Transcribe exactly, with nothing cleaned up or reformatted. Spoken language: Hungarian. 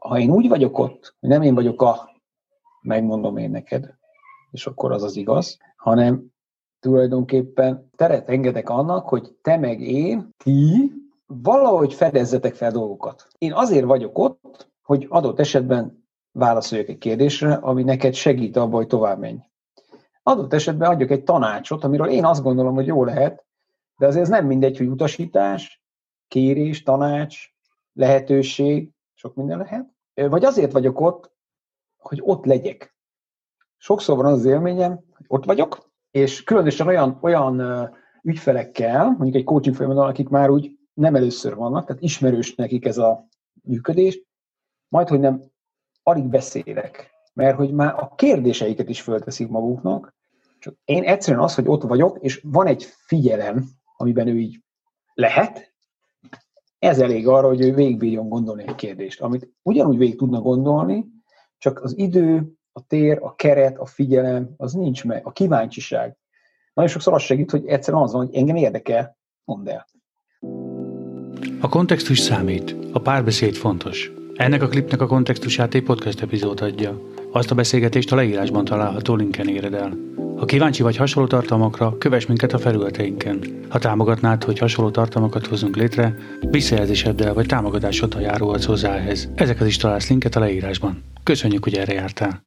ha én úgy vagyok ott, hogy nem én vagyok a, megmondom én neked, és akkor az az igaz, hanem tulajdonképpen teret engedek annak, hogy te meg én, ti valahogy fedezzetek fel dolgokat. Én azért vagyok ott, hogy adott esetben válaszoljak egy kérdésre, ami neked segít abba, hogy tovább menj. Adott esetben adjak egy tanácsot, amiről én azt gondolom, hogy jó lehet, de azért ez nem mindegy, hogy utasítás, kérés, tanács, lehetőség, sok minden lehet. Vagy azért vagyok ott, hogy ott legyek. Sokszor van az az élményem, hogy ott vagyok, és különösen olyan, olyan ügyfelekkel, mondjuk egy coaching folyamaton, akik már úgy nem először vannak, tehát ismerős nekik ez a működés, majd, hogy nem alig beszélek, mert hogy már a kérdéseiket is fölteszik maguknak, csak én egyszerűen az, hogy ott vagyok, és van egy figyelem, amiben ő így lehet, ez elég arra, hogy ő végigbírjon gondolni egy kérdést, amit ugyanúgy végig tudna gondolni, csak az idő, a tér, a keret, a figyelem, az nincs meg, a kíváncsiság. Nagyon sokszor az segít, hogy egyszerűen az van, hogy engem érdekel, mondd el. A kontextus számít, a párbeszéd fontos. Ennek a klipnek a kontextusát egy podcast epizód adja. Azt a beszélgetést a leírásban található linken éred el. Ha kíváncsi vagy hasonló tartalmakra, kövess minket a felületeinken. Ha támogatnád, hogy hasonló tartalmakat hozzunk létre, visszajelzéseddel vagy támogatásoddal járulhatsz hozzá ehhez. Ezekhez is találsz linket a leírásban. Köszönjük, hogy erre jártál!